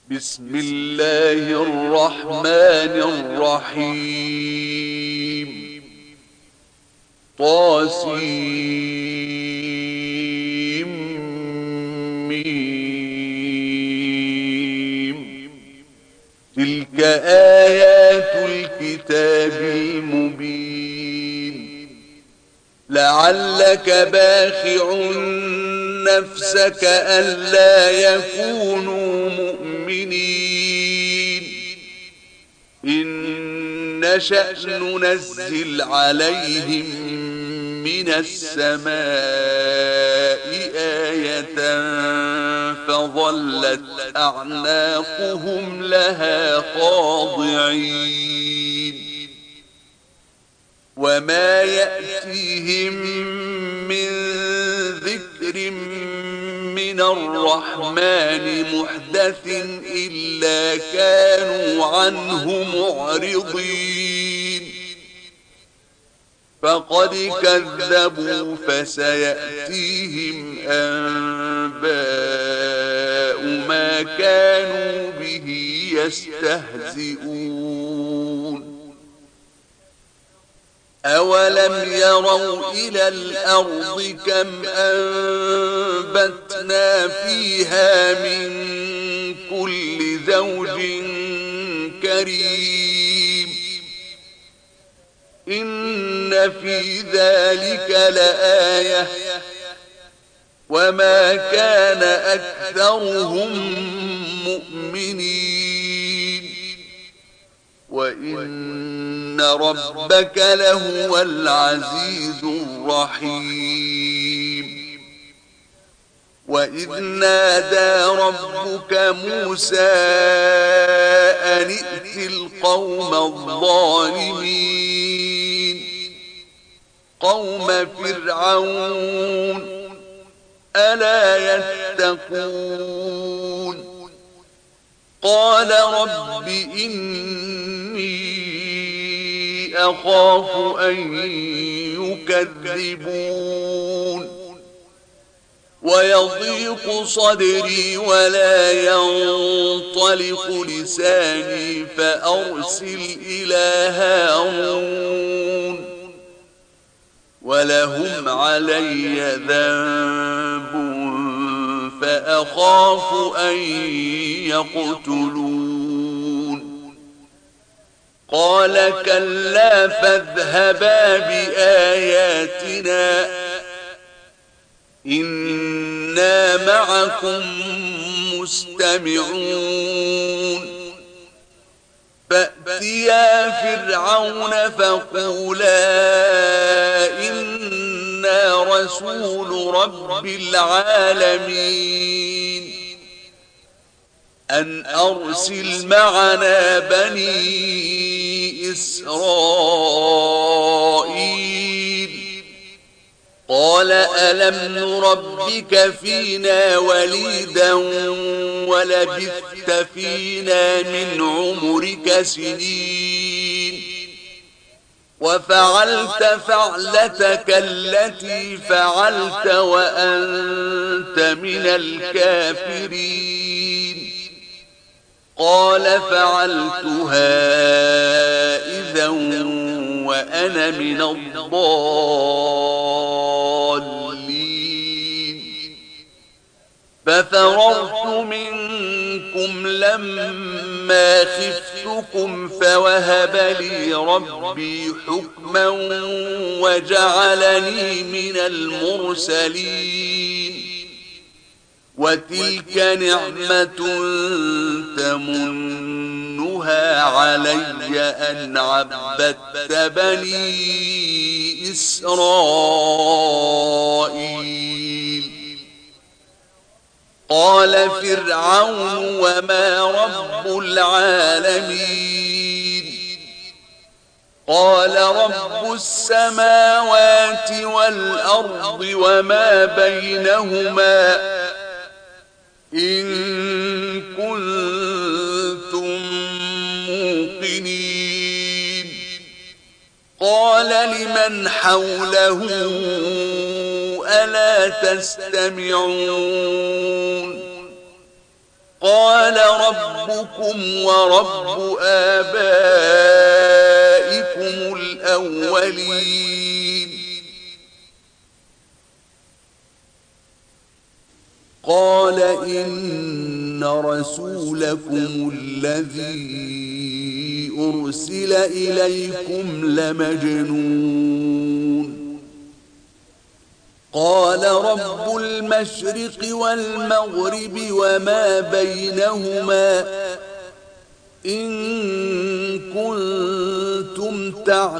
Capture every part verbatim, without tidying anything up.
بسم الله الرحمن الرحيم. طاسيم ميم. تلك آيات الكتاب المبين. لعلك باخع نفسك ألا يكونوا مؤمنين. إن نشأ ننزل عليهم من السماء آية فظلت أعناقهم لها خاضعين. وما يأتيهم من ذكر من الرحمن محدث إلا كانوا عنه معرضين. فقد كذبوا فسيأتيهم أنباء ما كانوا به يستهزئون. أولم يروا إلى الأرض كم أنبتنا فيها من كل زوج كريم. إن في ذلك لآية وما كان أكثرهم مؤمنين. وإن ربك لهو العزيز الرحيم. وإذ نادى ربك موسى أن ائت القوم الظالمين قوم فرعون ألا يتقون. قال رب إني أخاف أن يكذبون ويضيق صدري ولا ينطلق لساني فأرسل إلى هارون ولهم علي ذنب فأخاف أن يقتلون. قال كلا فاذهبا بآياتنا إنا معكم مستمعون. فأتيا فرعون فقولا إنا رسول رب العالمين أن أرسل معنا بني إسرائيل. قال ألم نربك فينا وليدا ولبثت فينا من عمرك سنين وفعلت فعلتك التي فعلت وأنت من الكافرين. قال فعلتها إذا وأنا من الضالين. ففررت منكم لما خفتكم فوهب لي ربي حكما وجعلني من المرسلين. وتلك نعمة تمنها علي أن عبدت بني إسرائيل. قال فرعون وما رب العالمين. قال رب السماوات والأرض وما بينهما إن كنتم موقنين. قال لمن حوله ألا تستمعون. قال ربكم ورب آبائكم الأولين قال إن رسولكم الذي أرسل إليكم لمجنون قال رب المشرق والمغرب وما بينهما إن كنتم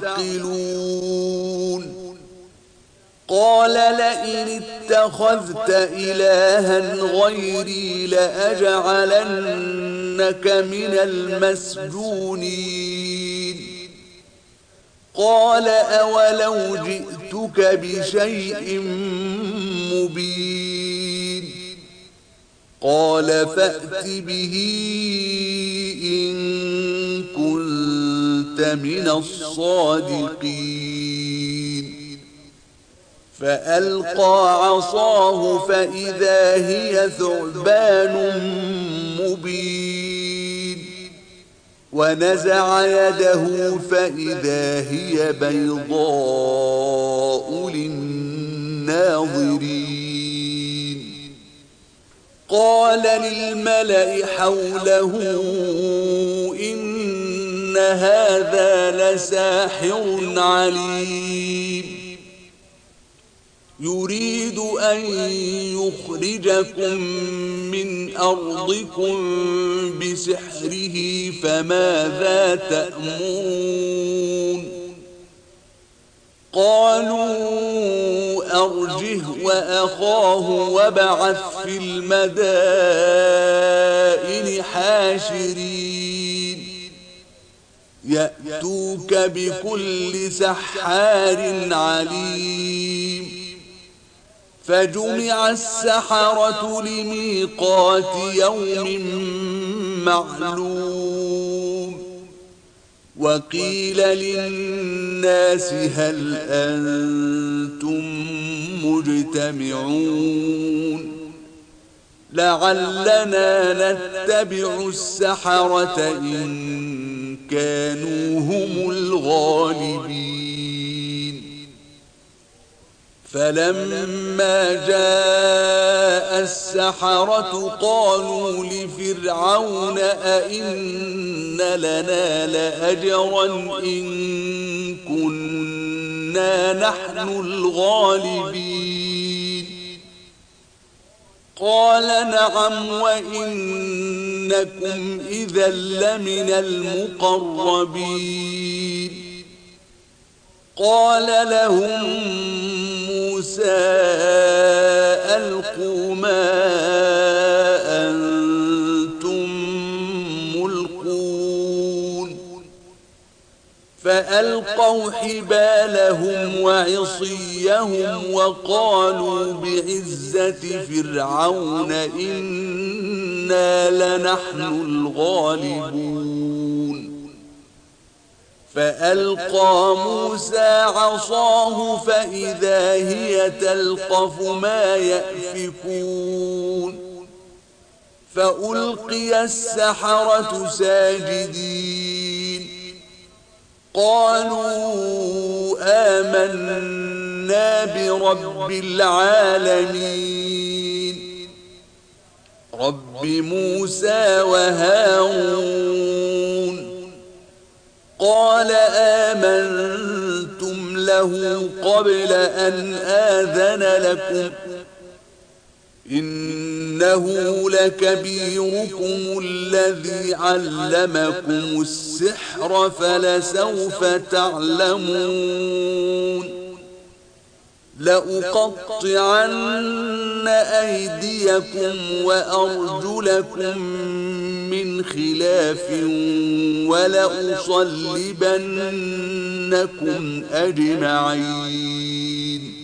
تعقلون قال لئن اتخذت إلها غيري لأجعلنك من المسجونين قال أولو جئتك بشيء مبين قال فأت به إن كنت من الصادقين فألقى عصاه فإذا هي ثعبان مبين ونزع يده فإذا هي بيضاء للناظرين قال للملأ حوله إن هذا لساحر عليم يريد أن يخرجكم من أرضكم بسحره فماذا تأمرون قالوا أرجه وأخاه وابعث في المدائن حاشرين يأتوك بكل سحار عليم فجمع السحرة لميقات يوم معلوم وقيل للناس هل أنتم مجتمعون لعلنا نتبع السحرة إن كانوا هم الغالبين فلما جاء السحرة قالوا لفرعون أئن لنا لأجرا إن كنا نحن الغالبين قال نعم وإنكم إذا لمن المقربين قال لهم موسى ألقوا ما أنتم ملقون فألقوا حبالهم وعصيهم وقالوا بعزة فرعون إنا لنحن الغالبون فألقى موسى عصاه فإذا هي تلقف ما يأفكون فألقي السحرة ساجدين قالوا آمنا برب العالمين رب موسى وهارون قال آمنتم له قبل أن آذن لكم إنه لكبيركم الذي علمكم السحر فلسوف تعلمون لأقطعن أيديكم وأرجلكم من خلاف ولأصلبنكم أجمعين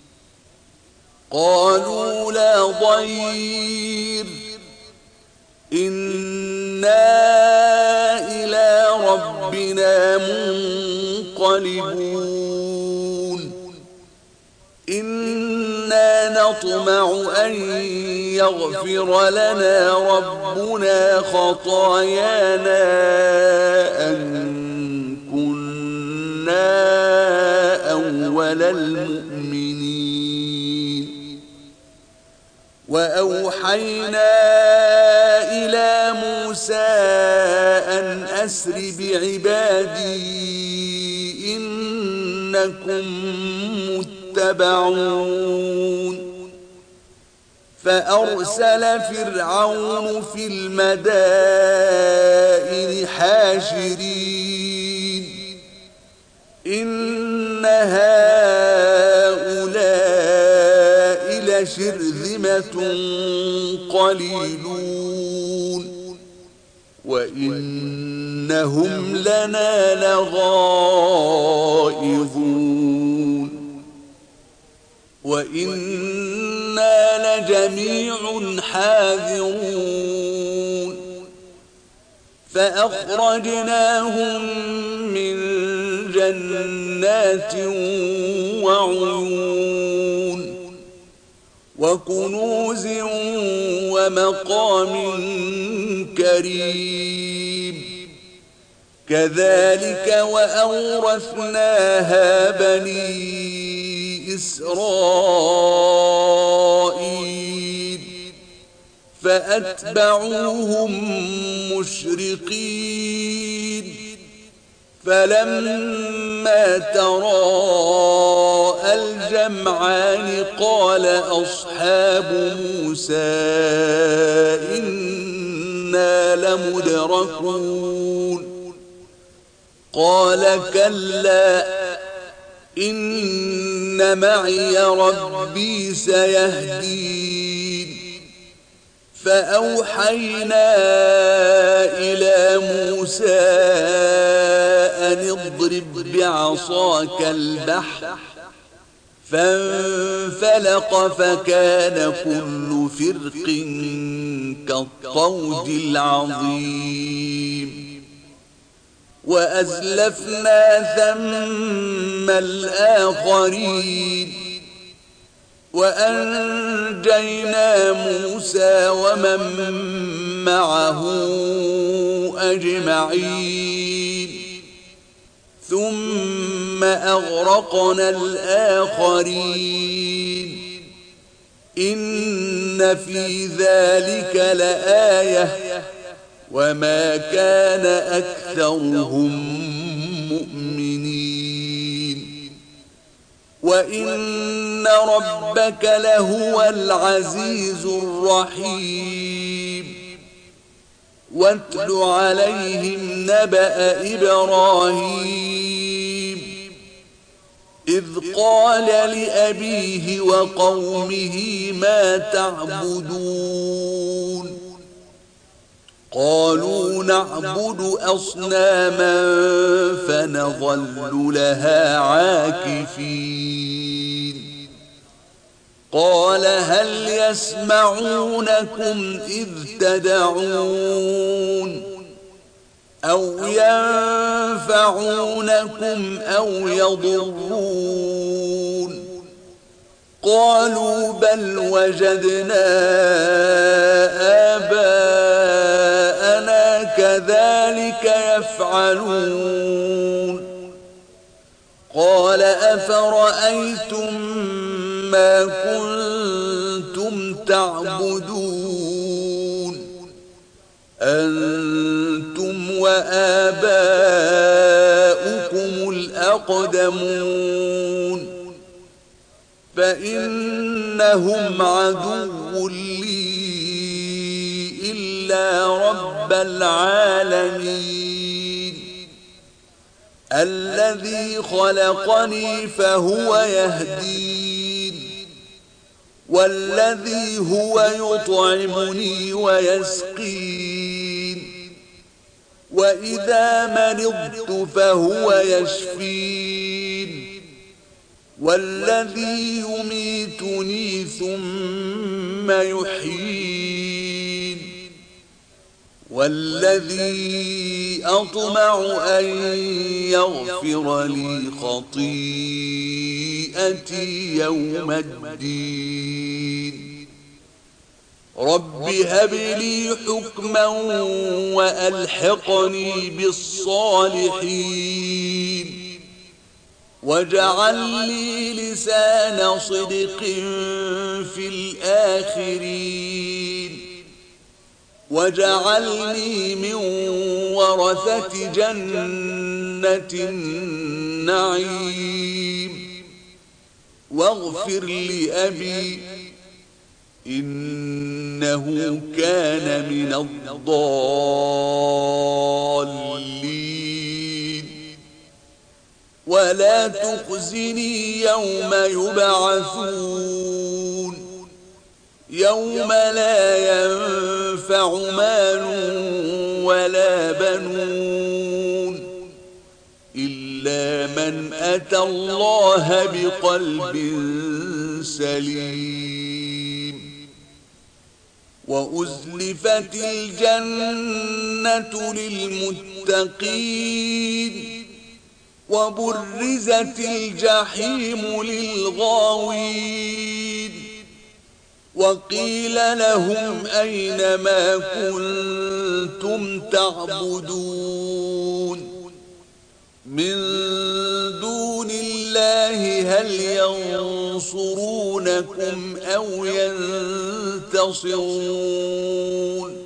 قالوا لا ضير إنا إلى ربنا منقلبون إنا نطمع أن يغفر لنا ربنا خطايانا أن كنا أول المؤمنين. وأوحينا إلى موسى أن أسر بعبادي إنكم متبعون. فأرسل فرعون في المدائن حاشرين إن هؤلاء لشرذمة قليلون وإنهم لنا لغائظون وإنا لجميع حاذرون. فأخرجناهم من جنات وعيون وكنوز ومقام كريم. كذلك وأورثناها بني إسرائيل فأتبعوهم مشرقين. فلما تراءى الجمعان قال أصحاب موسى إنا لمدركون. قال كلا إن معي ربي سيهدين. فأوحينا إلى موسى أن اضرب بعصاك البحر فانفلق فكان كل فرق كالطود العظيم. وأزلفنا ثم الآخرين وأنجينا موسى ومن معه أجمعين ثم أغرقنا الآخرين. إن في ذلك لآية وما كان أكثرهم مؤمنين وإن ربك لهو العزيز الرحيم. واتل عليهم نبأ إبراهيم إذ قال لأبيه وقومه ما تعبدون قالوا نعبد أصناما فنظل لها عاكفين. قال هل يسمعونكم إذ تدعون أو ينفعونكم أو يضرون قالوا بل وجدنا آباءنا كذلك يفعلون. قال أفرأيتم ما كنتم تعبدون أنتم وآباؤكم الأقدمون فإنهم عدو لي إلا رب العالمين الذي خلقني فهو يهدين والذي هو يطعمني ويسقين وإذا مرضت فهو يشفين والذي يميتني ثم يحيين والذي أطمع أن يغفر لي خطيئتي يوم الدين رب هب لي حكما وألحقني بالصالحين واجعل لي لسان صدق في الآخرين واجعلني من ورثة جنة النعيم واغفر لأبي إنه كان من الضالين ولا تخزني يوم يبعثون يوم لا ينفع مال ولا بنون إلا من أتى الله بقلب سليم وأزلفت الجنة للمتقين وبرزت الجحيم للغاوين وقيل لهم أين ما كنتم تعبدون من دون الله هل ينصرونكم أو ينتصرون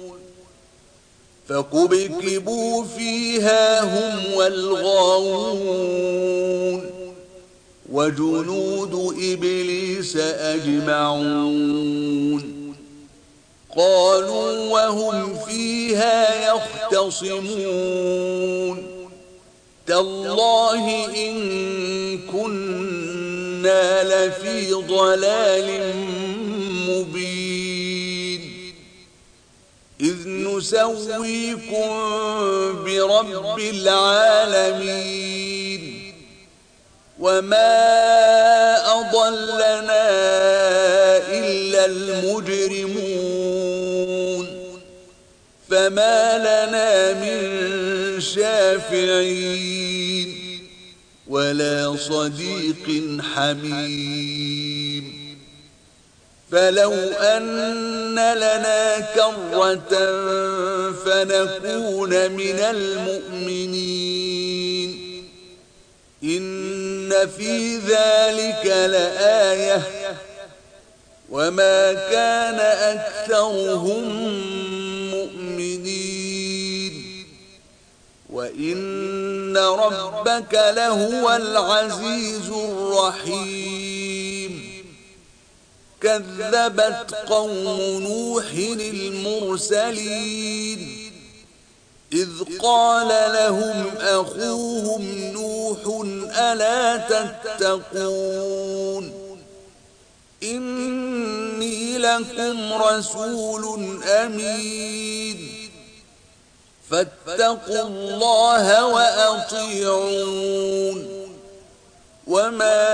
فكبكبوا فيها هم والغاوون وجنود إبليس أجمعون قالوا وهم فيها يختصمون تالله إن كنا لفي ضلال مبين إذ نسويكم برب العالمين وما أضلنا إلا المجرمون فما لنا من شافعين ولا صديق حميم فلو أن لنا كرة فنكون من المؤمنين إن في ذلك لآية وما كان أكثرهم مؤمنين وإن ربك لهو العزيز الرحيم كذبت قوم نوح المرسلين إذ قال لهم أخوهم نوح ألا تتقون إني لكم رسول أمين فاتقوا الله وأطيعون وما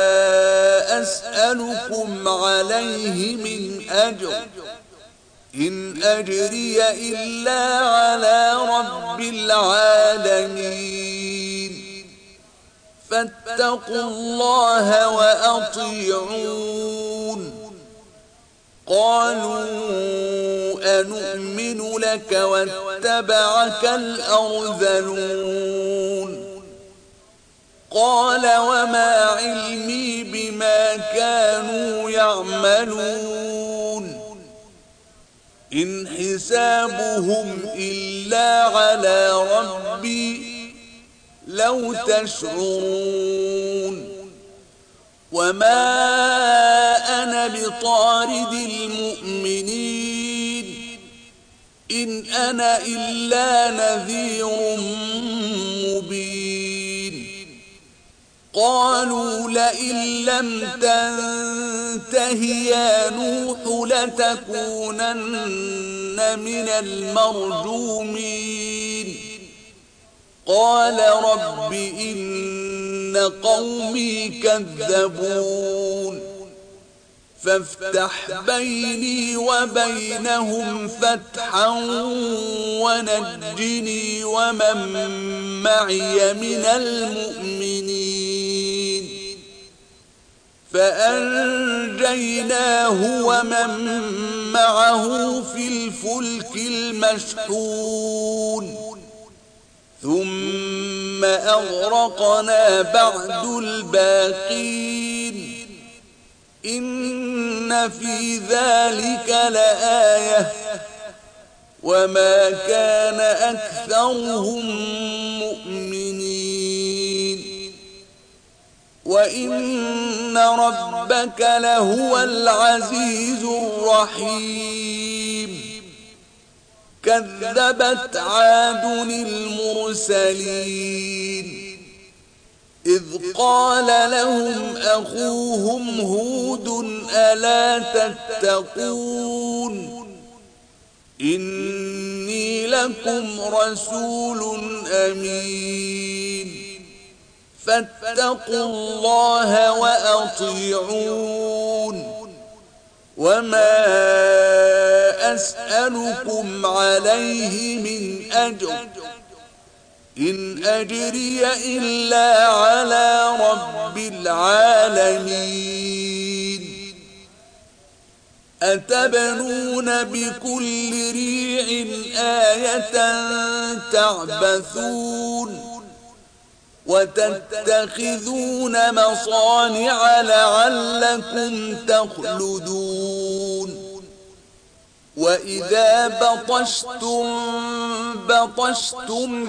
أسألكم عليه من أجر إن أجري إلا على رب العالمين فاتقوا الله وأطيعون قالوا أنؤمن لك واتبعك الأرذلون قال وما علمي بما كانوا يعملون إن حسابهم إلا على ربي لو تشعرون وما أنا بطارد المؤمنين إن أنا إلا نذير مبين قالوا لئن لم تنته يا نوح لتكونن من المرجومين قال رب إن قومي كذبون فافتح بيني وبينهم فتحا ونجني ومن معي من المؤمنين فأنجيناه ومن معه في الفلك المشحون ثم أغرقنا بعد الباقين إن في ذلك لآية وما كان أكثرهم مؤمنين وإن ربك لهو العزيز الرحيم كذبت عاد المرسلين إذ قال لهم أخوهم هود ألا تتقون إني لكم رسول أمين فاتقوا الله وأطيعون وما أسألكم عليه من أجر إن أجري إلا على رب العالمين أتبنون بكل ريع آية تعبثون وتتخذون مصانع لعلكم تخلدون وإذا بطشتم بطشتم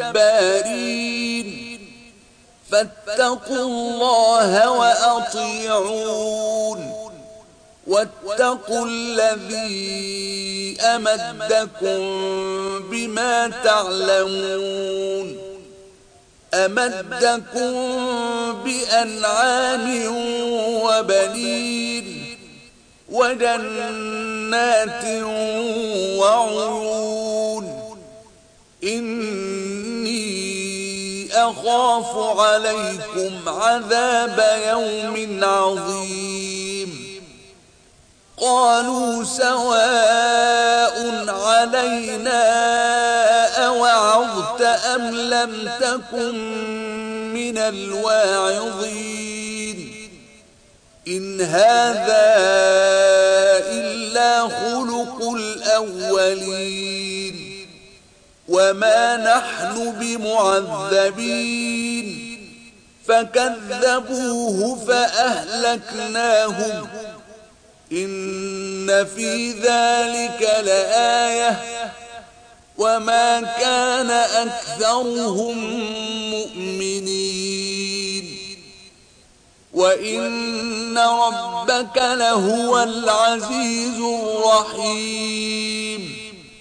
جبارين فاتقوا الله وأطيعون واتقوا الذي أمدكم بما تعلمون أمدكم بأنعام وبنين وجنات وعيون إني أخاف عليكم عذاب يوم عظيم قالوا سواء علينا أوعظت أم لم تكن من الواعظين إن هذا إلا خلق الأولين وما نحن بمعذبين فكذبوه فأهلكناهم إن في ذلك لآية وما كان أكثرهم مؤمنين وإن ربك لهو العزيز الرحيم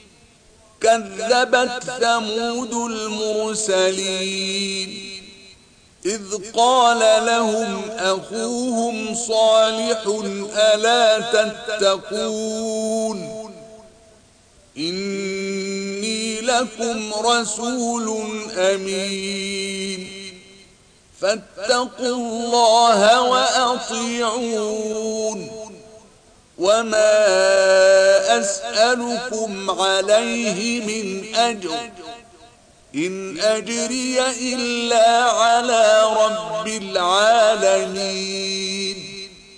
كذبت ثمود المرسلين إذ قال لهم أخوهم صالح ألا تتقون إني لكم رسول أمين فاتقوا الله وأطيعون وما أسألكم عليه من أجر إن أجري إلا على رب العالمين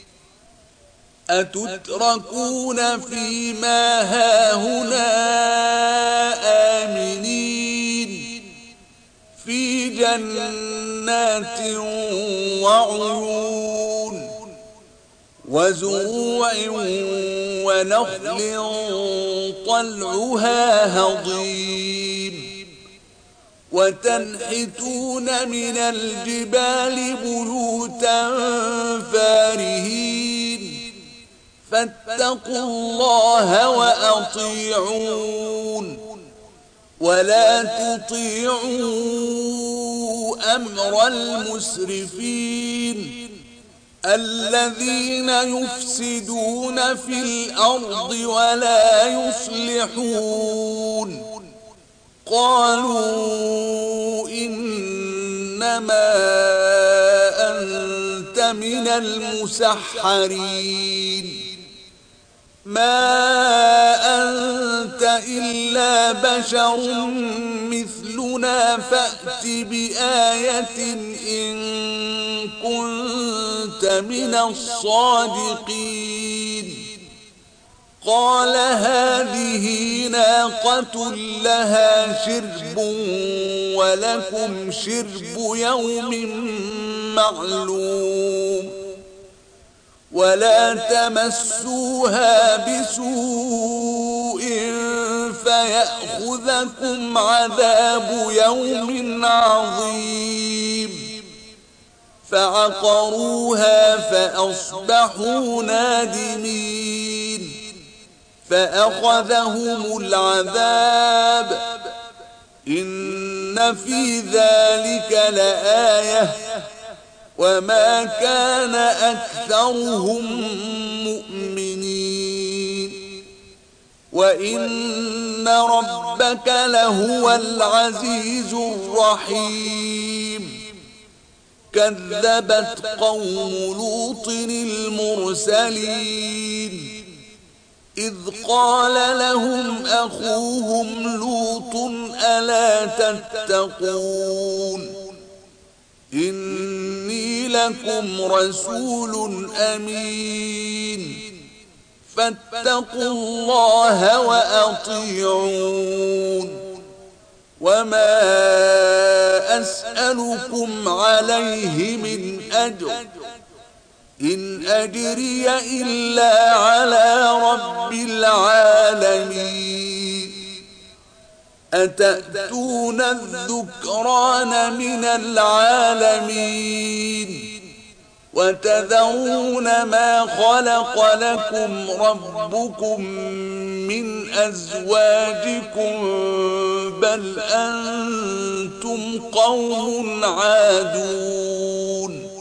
أتتركون فيما هاهنا آمنين في جنات وعيون وزروع ونخل طلعها هضيم وتنحتون من الجبال بيوتا فارهين فاتقوا الله وأطيعون ولا تطيعوا أمر المسرفين الذين يفسدون في الأرض ولا يصلحون قالوا إنما أنت من المسحرين ما أنت إلا بشر مثلنا فأت بآية إن كنت من الصادقين قال هذه ناقة لها شرب ولكم شرب يوم معلوم ولا تمسوها بسوء فيأخذكم عذاب يوم عظيم فعقروها فأصبحوا نادمين فأخذهم العذاب إن في ذلك لآية وما كان أكثرهم مؤمنين وإن ربك لهو العزيز الرحيم كذبت قوم لوط المرسلين إذ قال لهم أخوهم لوط ألا تتقون إني لكم رسول أمين فاتقوا الله وأطيعون وما أسألكم عليه من أجر إن أجري إلا على رب العالمين أتأتون الذكران من العالمين وتذرون ما خلق لكم ربكم من أزواجكم بل أنتم قوم عادون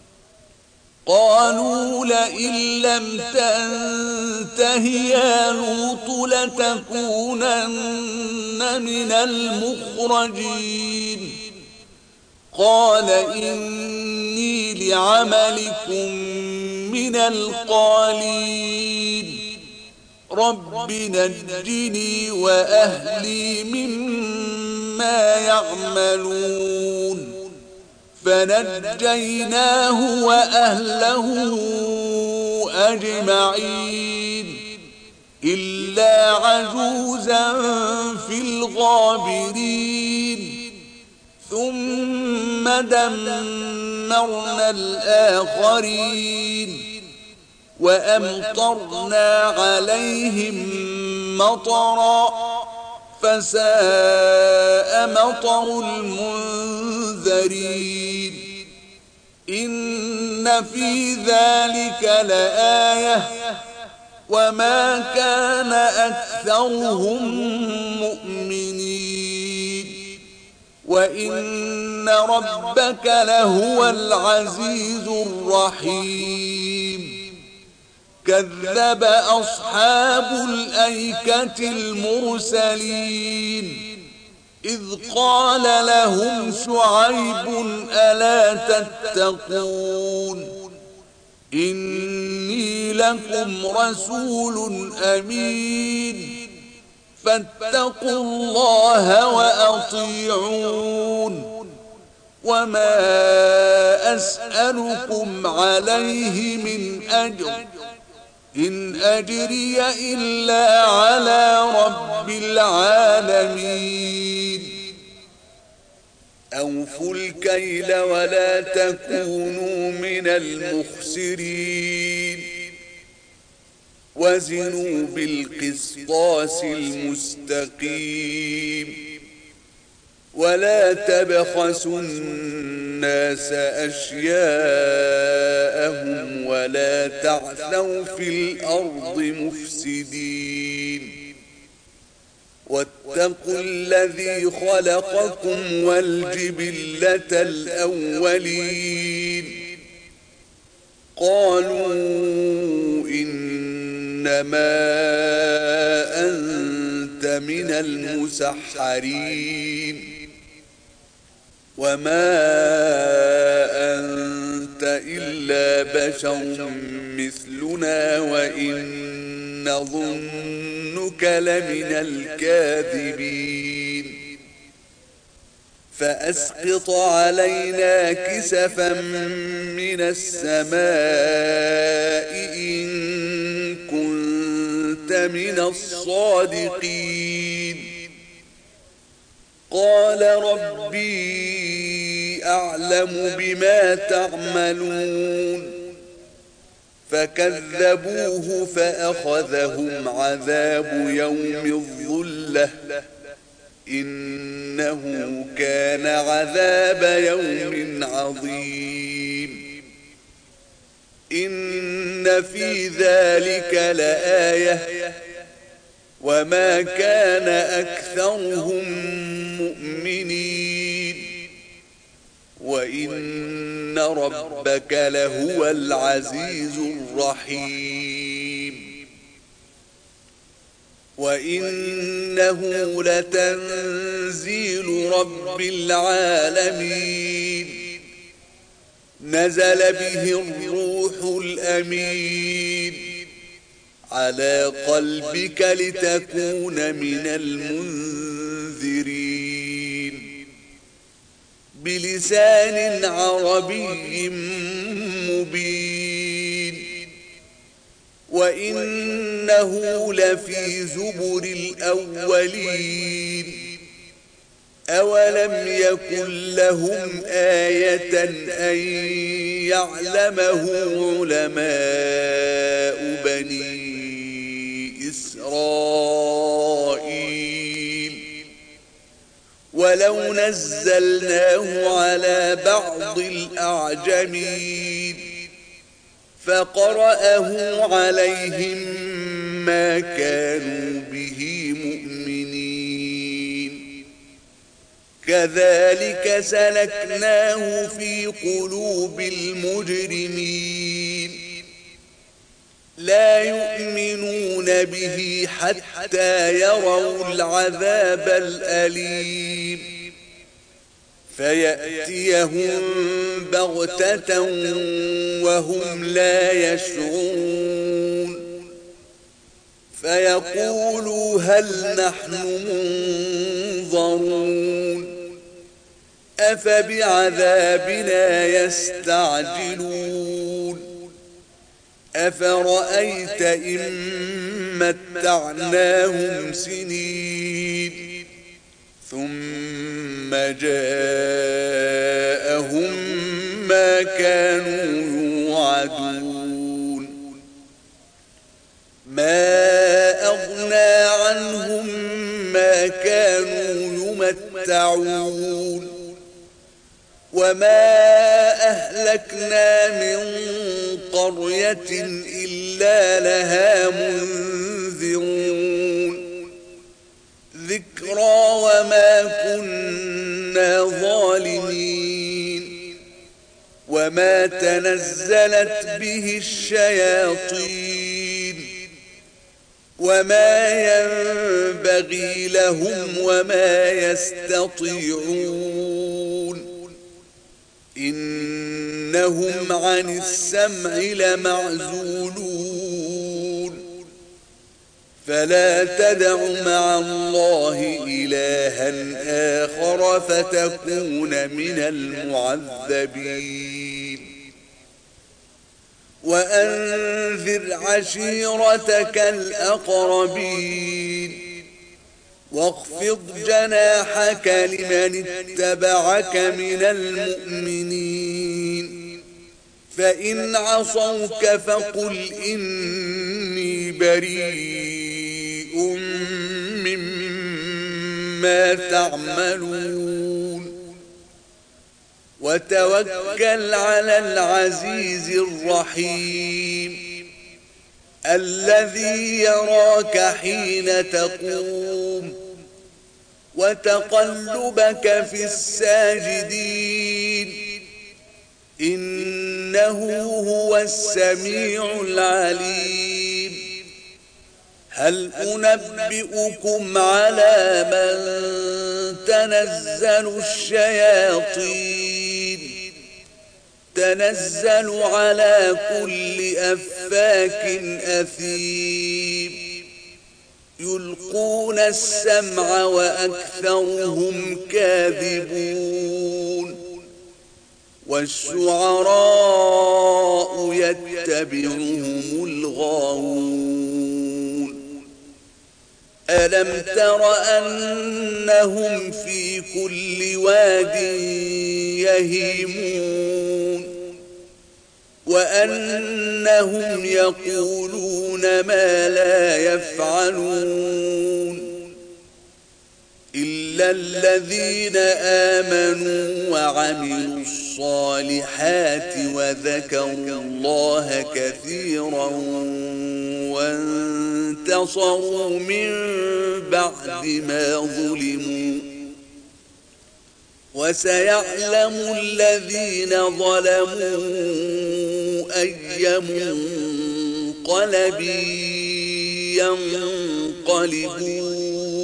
قالوا لئن لم تنته يا لوط لتكونن من المخرجين قال إني لعملكم من القالين رب نجني وأهلي مما يعملون فنجيناه وأهله أجمعين إلا عجوزا في الغابرين ثم دمرنا الآخرين وأمطرنا عليهم مطرا فساء مطر المنذرين إن في ذلك لآية وما كان أكثرهم مؤمنين وإن ربك لهو العزيز الرحيم كذب أصحاب الأيكة المرسلين إذ قال لهم شعيب ألا تتقون إني لكم رسول أمين فاتقوا الله وأطيعون وما أسألكم عليه من أجر إن أجري إلا على رب العالمين أوفوا الكيل ولا تكونوا من المخسرين وزنوا بالقسطاس المستقيم ولا تبخسوا الناس أشياءهم ولا تعثوا في الأرض مفسدين واتقوا الذي خلقكم والجبلة الأولين قالوا إنما أنت من المسحرين وما أنت إلا بشر مثلنا وإن نظنك لمن الكاذبين فأسقط علينا كسفا من السماء إن كنت من الصادقين قال ربي أعلم بما تعملون فكذبوه فأخذهم عذاب يوم الظلة إنه كان عذاب يوم عظيم إن في ذلك لآية وما كان أكثرهم مؤمنين وإن ربك لهو العزيز الرحيم وإنه لتنزيل رب العالمين نزل به الروح الأمين على قلبك لتكون من المنذرين بلسان عربي مبين وإنه لفي زبر الأولين أولم يكن لهم آية أن يعلمه علماء بني إسرائيل ولو نزلناه على بعض الأعجمين فقرأه عليهم ما كانوا به مؤمنين كذلك سلكناه في قلوب المجرمين لا يؤمنون به حتى يروا العذاب الأليم فيأتيهم بغتة وهم لا يشعرون فيقولوا هل نحن منظرون أفبعذابنا يستعجلون أفرأيت إن متعناهم سنين ثم جاءهم ما كانوا يوعدون ما أغنى عنهم ما كانوا يمتعون وما أهلكنا من قرية إلا لها منذرون ذكرى وما كنا ظالمين وما تنزلت به الشياطين وما ينبغي لهم وما يستطيعون إنهم عن السمع لمعزولون فلا تدع مع الله إلها آخر فتكون من المعذبين وأنذر عشيرتك الأقربين واخفض جناحك لمن اتبعك من المؤمنين فإن عصوك فقل إني بريء مما تعملون وتوكل على العزيز الرحيم الذي يراك حين تقوم وتقلبك في الساجدين إنه هو السميع العليم هل أنبئكم على من تنزل الشياطين تنزل على كل أفاك أثيم يلقون السمع وأكثرهم كاذبون والشعراء يتبعهم الغاوون ألم تر أنهم في كل واد يهيمون وأنهم يقولون ما لا يفعلون إلا الذين آمنوا وعملوا الصالحات وذكروا الله كثيرا وانتصروا من بعد ما ظلموا وسيعلم الذين ظلموا أي منقلب ينقلبون